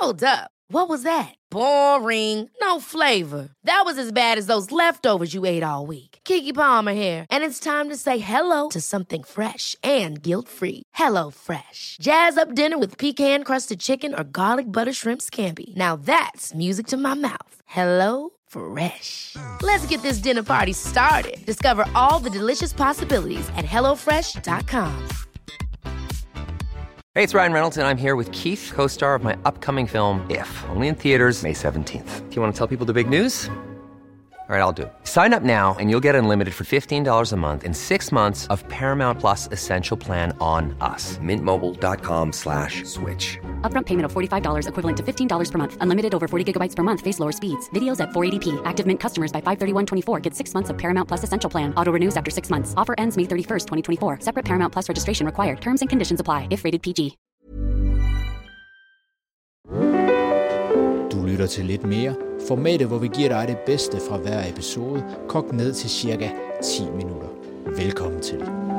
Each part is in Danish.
Hold up. What was that? Boring. No flavor. That was as bad as those leftovers you ate all week. Keke Palmer here, and it's time to say hello to something fresh and guilt-free. Hello Fresh. Jazz up dinner with pecan-crusted chicken or garlic butter shrimp scampi. Now that's music to my mouth. Hello Fresh. Let's get this dinner party started. Discover all the delicious possibilities at hellofresh.com. Hey, it's Ryan Reynolds, and I'm here with Keith, co-star of my upcoming film, If, only in theaters May 17th. Do you want to tell people the big news? All right, I'll do it. Sign up now and you'll get unlimited for $15 a month and 6 months of Paramount Plus Essential Plan on us. MintMobile.com/switch. Upfront payment of $45 equivalent to $15 per month. Unlimited over 40 gigabytes per month. Face lower speeds. Videos at 480p. Active Mint customers by 531.24 get 6 months of Paramount Plus Essential Plan. Auto renews after 6 months. Offer ends May 31st, 2024. Separate Paramount Plus registration required. Terms and conditions apply if rated PG. Du lytter til Lidt Mere. Formatet, hvor vi giver dig det bedste fra hver episode, kogt ned til cirka 10 minutter. Velkommen til.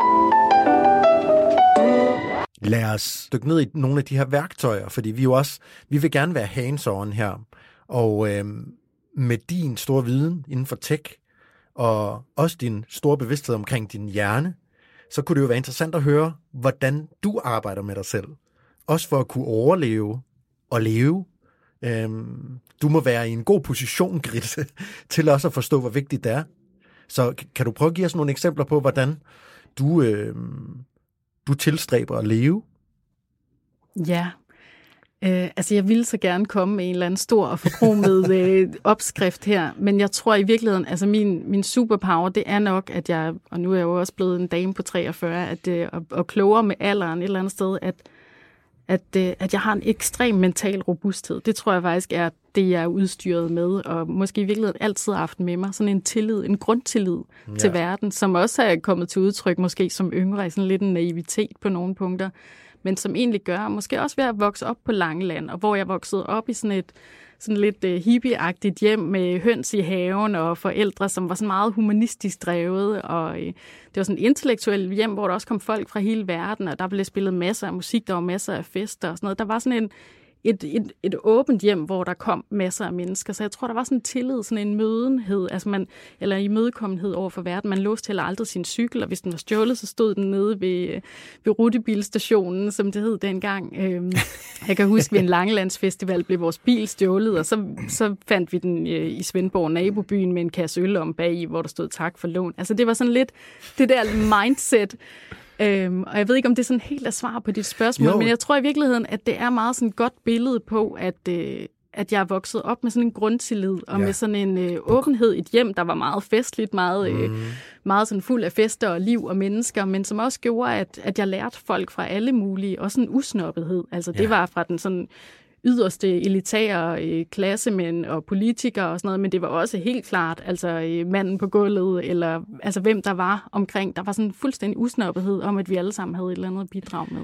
Lad os dykke ned i nogle af de her værktøjer, fordi vi vil gerne være hands-on her. Og med din store viden inden for tech, og også din store bevidsthed omkring din hjerne, så kunne det jo være interessant at høre, hvordan du arbejder med dig selv. Også for at kunne overleve og leve. Du må være i en god position, Grete, til også at forstå, hvor vigtigt det er. Så kan du prøve at give os nogle eksempler på, hvordan du tilstræber at leve? Ja, altså jeg ville så gerne komme med en eller anden stor og forkromet opskrift her, men jeg tror i virkeligheden, altså min superpower, det er nok, at jeg, og nu er jeg jo også blevet en dame på 43, og klogere med alderen et eller andet sted, at jeg har en ekstrem mental robusthed. Det tror jeg faktisk er det, jeg er udstyret med, og måske i virkeligheden altid har haft med mig. Sådan en tillid, en grundtillid til verden, som også er kommet til udtryk måske som yngre, sådan lidt en naivitet på nogle punkter, men som egentlig gør, måske også ved at vokse op på Langeland, og hvor jeg voksede op i sådan lidt hippieagtigt hjem med høns i haven og forældre, som var sådan meget humanistisk drevet, og det var sådan et intellektuelt hjem, hvor der også kom folk fra hele verden, og der blev spillet masser af musik, der var masser af fester og sådan noget. Der var sådan et åbent hjem, hvor der kom masser af mennesker, så jeg tror, der var sådan en tillid, sådan en mødenhed, altså eller en imødekommenhed over for verden. Man låste heller aldrig sin cykel, og hvis den var stjålet, så stod den nede ved rutebilstationen, som det hed dengang. Jeg kan huske, ved en Langelandsfestival blev vores bil stjålet, og så fandt vi den i Svendborg, nabobyen, med en kasse øl om bag, hvor der stod tak for lån. Altså det var sådan lidt det der mindset. Og jeg ved ikke, om det er sådan helt at svare på dit spørgsmål, men jeg tror i virkeligheden, at det er meget sådan et godt billede på, at jeg er vokset op med sådan en grundtillid, og med sådan en åbenhed, et hjem, der var meget festligt, meget sådan fuld af fester og liv og mennesker, men som også gjorde, at jeg lærte folk fra alle mulige, også en usnobbethed. Altså det var fra den sådan yderste elitære klassemænd og politikere og sådan noget, men det var også helt klart altså manden på gulvet, eller altså hvem der var omkring. Der var sådan en fuldstændig usnobbethed om, at vi alle sammen havde et eller andet at bidrage med.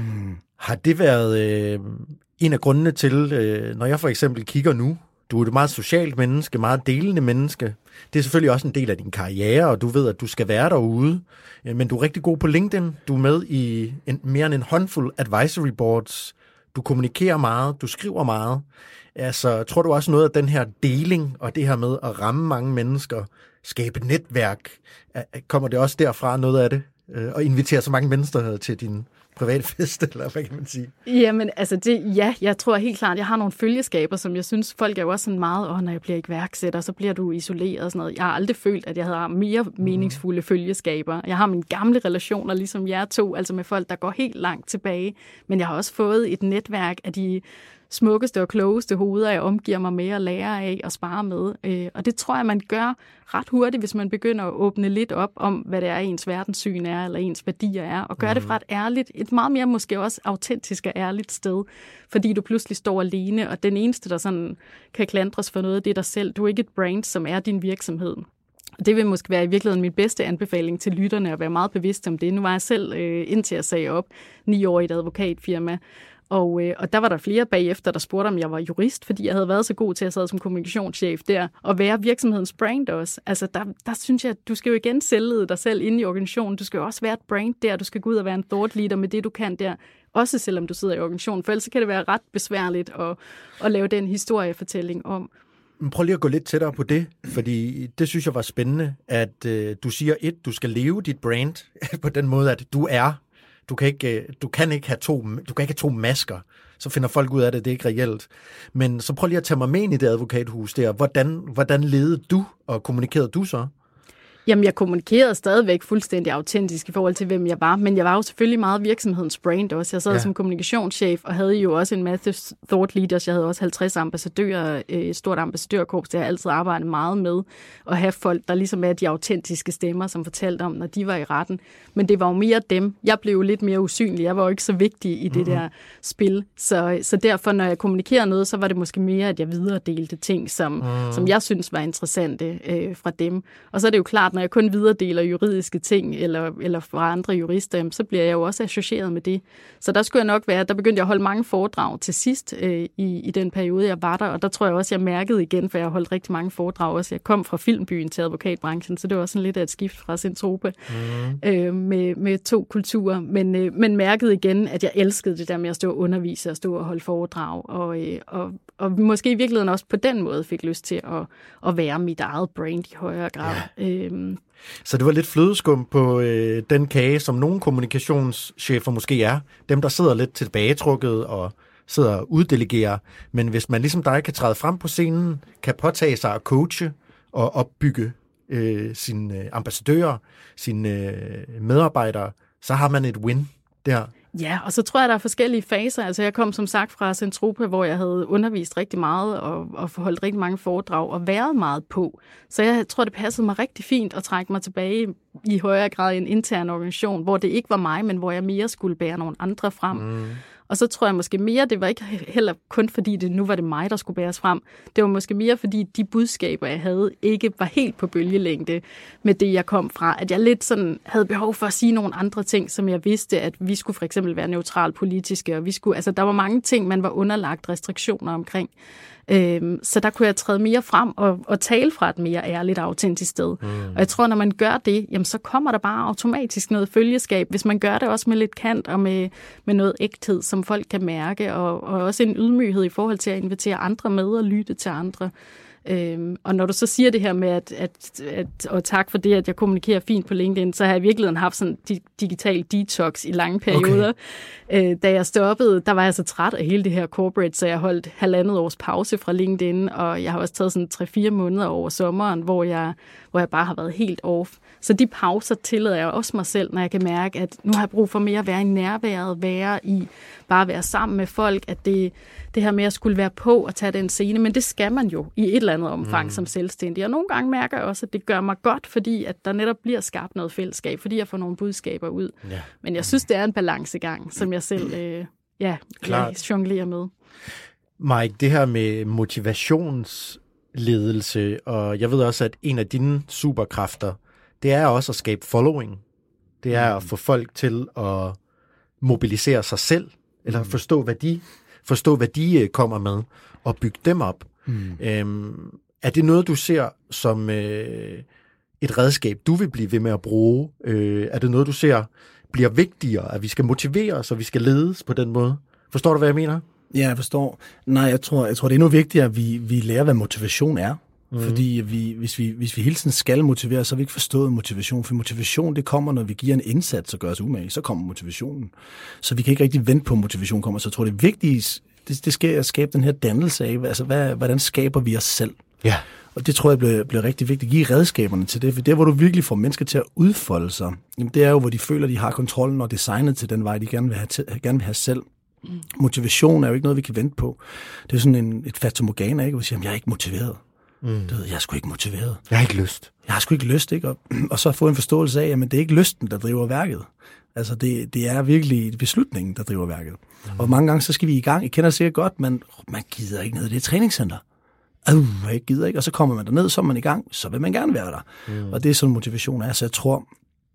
Har det været en af grundene til, når jeg for eksempel kigger nu, du er et meget socialt menneske, meget delende menneske. Det er selvfølgelig også en del af din karriere, og du ved, at du skal være derude, men du er rigtig god på LinkedIn. Du er med i mere end en håndfuld advisory boards. Du kommunikerer meget, du skriver meget. Altså, tror du også noget af den her deling, og det her med at ramme mange mennesker, skabe et netværk, kommer det også derfra noget af det? Og invitere så mange mennesker til din private fest, eller hvad kan man sige? Jamen, altså jeg tror helt klart, jeg har nogle følgeskaber, som jeg synes, folk er jo også sådan meget, når jeg bliver iværksætter, så bliver du isoleret og sådan noget. Jeg har aldrig følt, at jeg havde mere meningsfulde følgeskaber. Jeg har mine gamle relationer, ligesom jer to, altså med folk, der går helt langt tilbage, men jeg har også fået et netværk af de smukkeste og klogeste hoveder, jeg omgiver mig med og lærer af og spare med. Og det tror jeg, man gør ret hurtigt, hvis man begynder at åbne lidt op om, hvad det er, ens verdenssyn er, eller ens værdier er, og gøre det fra et meget mere måske også autentisk og ærligt sted, fordi du pludselig står alene, og den eneste, der sådan kan klandres for noget, det er dig selv. Du er ikke et brand, som er din virksomhed. Det vil måske være i virkeligheden min bedste anbefaling til lytterne, at være meget bevidst om det. Nu var jeg selv, indtil jeg sagde op, 9 år i et advokatfirma, og der var der flere bagefter, der spurgte, om jeg var jurist, fordi jeg havde været så god til at sidde som kommunikationschef der, og være virksomhedens brand også. Altså, der synes jeg, at du skal jo igen sælge dig selv inde i organisationen. Du skal jo også være et brand der. Du skal gå ud og være en thought leader med det, du kan der. også selvom du sidder i organisationen, for ellers kan det være ret besværligt at lave den historiefortælling om. Prøv lige at gå lidt tættere på det, fordi det synes jeg var spændende, at du siger, du skal leve dit brand på den måde, at du kan ikke have to masker. Så finder folk ud af det er ikke reelt. Men så prøv lige at tage mig med ind i det advokathus der. Hvordan ledede du, og kommunikerede du så? Jamen, jeg kommunikerede stadigvæk fuldstændig autentisk i forhold til, hvem jeg var, men jeg var jo selvfølgelig meget virksomhedens brand også. Jeg sad som kommunikationschef og havde jo også en masse thought leaders. Jeg havde også 50 ambassadører, et stort ambassadørkorps, der jeg altid arbejdet meget med, at have folk, der ligesom er de autentiske stemmer, som fortalte om, når de var i retten. Men det var jo mere dem. Jeg blev jo lidt mere usynlig. Jeg var jo ikke så vigtig i det der spil. Så derfor, når jeg kommunikerede noget, så var det måske mere, at jeg videredelte ting, som jeg synes var interessante fra dem. Og så er det jo klart, når jeg kun videredeler juridiske ting eller fra andre jurister, så bliver jeg jo også associeret med det. Så der skulle jeg nok være, der begyndte jeg at holde mange foredrag til sidst i den periode, jeg var der, og der tror jeg også, jeg mærkede igen, for jeg har holdt rigtig mange foredrag også. Jeg kom fra filmbyen til advokatbranchen, så det var også sådan lidt af et skift fra Zentropa med 2 kulturer, men mærkede igen, at jeg elskede det der med at stå og undervise og stå og holde foredrag, og måske i virkeligheden også på den måde fik lyst til at være mit eget brand i højere grad. Ja. Så det var lidt flødeskum på den kage, som nogle kommunikationschefer måske er. Dem, der sidder lidt tilbagetrukket og sidder og uddelegerer. Men hvis man ligesom dig kan træde frem på scenen, kan påtage sig at coache og opbygge sine ambassadører, sine medarbejdere, så har man et win der. Ja, og så tror jeg, der er forskellige faser. Altså jeg kom som sagt fra Zentropa, hvor jeg havde undervist rigtig meget og holdt rigtig mange foredrag og været meget på. Så jeg tror, det passede mig rigtig fint at trække mig tilbage i højere grad i en intern organisation, hvor det ikke var mig, men hvor jeg mere skulle bære nogle andre frem. Og så tror jeg måske mere, det var ikke heller kun fordi nu var det mig, der skulle bæres frem. Det var måske mere fordi de budskaber, jeg havde, ikke var helt på bølgelængde med det, jeg kom fra. At jeg lidt sådan havde behov for at sige nogle andre ting, som jeg vidste, at vi skulle for eksempel være neutralt politiske, og vi skulle, altså der var mange ting, man var underlagt restriktioner omkring. Så der kunne jeg træde mere frem og tale fra et mere ærligt og autentisk sted. Og jeg tror, når man gør det, jamen, så kommer der bare automatisk noget følgeskab, hvis man gør det også med lidt kant og med noget ægthed, som folk kan mærke, og også en ydmyghed i forhold til at invitere andre med og lytte til andre. Og når du så siger det her med, og tak for det, at jeg kommunikerer fint på LinkedIn, så har jeg i virkeligheden haft sådan digital detox i lange perioder. Okay. Da jeg stoppede, der var jeg så træt af hele det her corporate, så jeg holdt 1,5 års pause fra LinkedIn, og jeg har også taget sådan 3-4 måneder over sommeren, hvor jeg bare har været helt off. Så de pauser tillader jeg også mig selv, når jeg kan mærke, at nu har jeg brug for mere at være i nærværet, bare at være sammen med folk, at det her med at skulle være på og tage den scene, men det skal man jo i et eller andet omfang som selvstændig. Og nogle gange mærker jeg også, at det gør mig godt, fordi at der netop bliver skabt noget fællesskab, fordi jeg får nogle budskaber ud. Ja. Men jeg synes, det er en balancegang, som jeg selv jonglerer med. Mike, det her med motivationsledelse, og jeg ved også, at en af dine superkræfter, det er også at skabe following. Det er at få folk til at mobilisere sig selv, eller forstå, hvad de kommer med, og bygge dem op. Er det noget, du ser som et redskab, du vil blive ved med at bruge? Er det noget, du ser bliver vigtigere, at vi skal motivere os, og vi skal ledes på den måde? Forstår du, hvad jeg mener? Ja, jeg forstår. Nej, jeg tror, det er endnu vigtigere, at vi lærer, hvad motivation er. Fordi hvis vi hele tiden skal motivere, så har vi ikke forstået motivation. For motivation, det kommer, når vi giver en indsats og gør os umage. Så kommer motivationen. Så vi kan ikke rigtig vente på, at motivation kommer. Så jeg tror, det vigtige, det skal at skabe den her dannelse af, altså hvordan skaber vi os selv? Ja. Og det tror jeg bliver rigtig vigtigt. Give redskaberne til det. For det, hvor du virkelig får mennesker til at udfolde sig, jamen, det er jo, hvor de føler, de har kontrollen og designet til den vej, de gerne vil have selv. Motivation er jo ikke noget, vi kan vente på. Det er sådan et fatamorgana, ikke? Hvor vi siger, jeg er ikke motiveret. Jeg er sgu ikke motiveret. Jeg har ikke lyst. Jeg har sgu ikke lyst, ikke? Og så få en forståelse af, at det er ikke lysten, der driver værket. Altså, det er virkelig beslutningen, der driver værket. Og mange gange, så skal vi i gang. I kender det sikkert godt, men man gider ikke ned i det træningscenter. Jeg gider ikke. Og så kommer man derned, så er man i gang, så vil man gerne være der. Og det er sådan motivation er. Så jeg tror,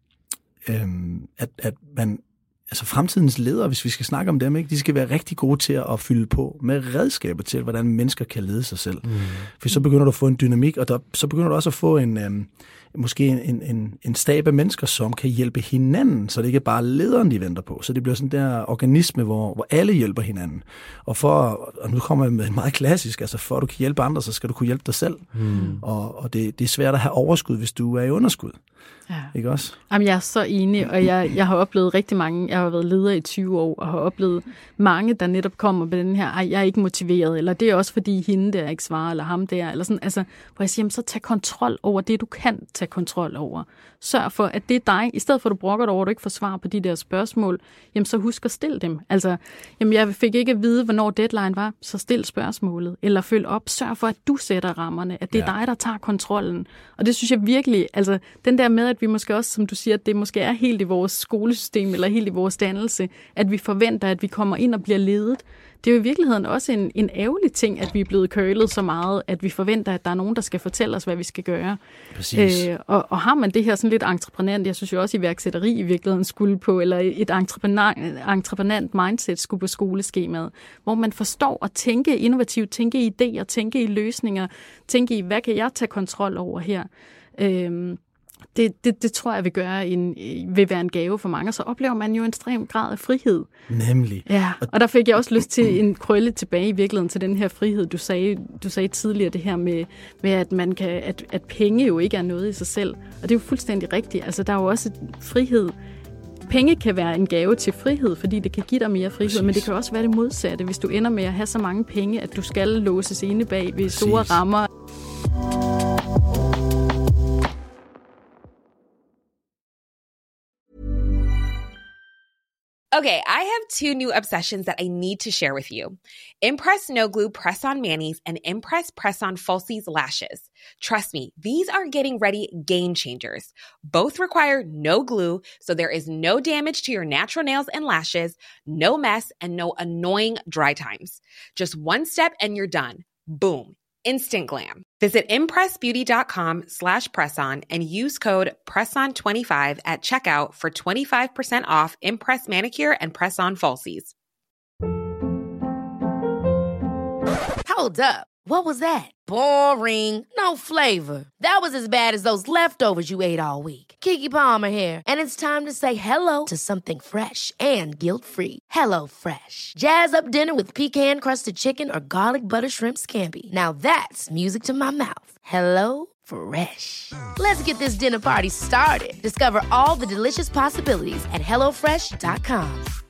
at man... Altså fremtidens ledere, hvis vi skal snakke om dem, ikke, de skal være rigtig gode til at fylde på med redskaber til, hvordan mennesker kan lede sig selv. For så begynder du at få en dynamik, og så begynder du også at få måske en stab af mennesker, som kan hjælpe hinanden, så det ikke er bare lederen, de venter på. Så det bliver sådan der organisme, hvor alle hjælper hinanden. Og nu kommer jeg med en meget klassisk, altså for at du kan hjælpe andre, så skal du kunne hjælpe dig selv. Og det er svært at have overskud, hvis du er i underskud. Ja. Ikke også? Jamen, jeg er så enig, og jeg har oplevet rigtig mange, jeg har været leder i 20 år, og har oplevet mange, der netop kommer med den her, jeg er ikke motiveret, eller det er også fordi hende der ikke svarer, eller ham der, eller sådan, altså, hvor jeg siger, jamen, så tag kontrol over det, du kan tage kontrol over. Sørg for, at det er dig, i stedet for at du brokker dig over, at du ikke får svar på de der spørgsmål, jamen, så husk at stille dem. Altså, jamen, jeg fik ikke at vide, hvornår deadline var, så stil spørgsmålet, eller følg op, sørg for, at du sætter rammerne, at det er dig, der tager kontrollen. Og det synes jeg virkelig, altså, den der med, at vi måske også, som du siger, at det måske er helt i vores skolesystem, eller helt i vores dannelse, at vi forventer, at vi kommer ind og bliver ledet. Det er jo i virkeligheden også en ærgerlig ting, at vi er blevet curlet så meget, at vi forventer, at der er nogen, der skal fortælle os, hvad vi skal gøre. Og har man det her sådan lidt entreprenant, jeg synes jo også iværksætteri i virkeligheden skulle på, eller et entreprenant mindset skulle på skoleskemaet, hvor man forstår at tænke innovativt, tænke i idéer, tænke i løsninger, tænke i, hvad kan jeg tage kontrol over her? Det tror jeg vil være en gave for mange, og så oplever man jo en ekstrem grad af frihed. Nemlig. Ja, og der fik jeg også lyst til en krølle tilbage i virkeligheden til den her frihed. Du sagde tidligere det her med at man kan, at penge jo ikke er noget i sig selv, og det er jo fuldstændig rigtigt. Altså der er jo også frihed. Penge kan være en gave til frihed, fordi det kan give dig mere frihed, men det kan også være det modsatte, hvis du ender med at have så mange penge, at du skal låses inde bag ved store rammer. Okay, I have two new obsessions that I need to share with you. Impress No Glue Press-On Manis and Impress Press-On Falsies Lashes. Trust me, these are getting ready game changers. Both require no glue, so there is no damage to your natural nails and lashes, no mess, and no annoying dry times. Just one step and you're done. Boom. Instant glam. Visit impressbeauty.com/presson and use code PRESSON25 at checkout for 25% off Impress Manicure and Press-On Falsies. Hold up. What was that? Boring. No flavor. That was as bad as those leftovers you ate all week. Keke Palmer here, and it's time to say hello to something fresh and guilt-free. Hello Fresh. Jazz up dinner with pecan-crusted chicken or garlic butter shrimp scampi. Now that's music to my mouth. Hello Fresh. Let's get this dinner party started. Discover all the delicious possibilities at HelloFresh.com.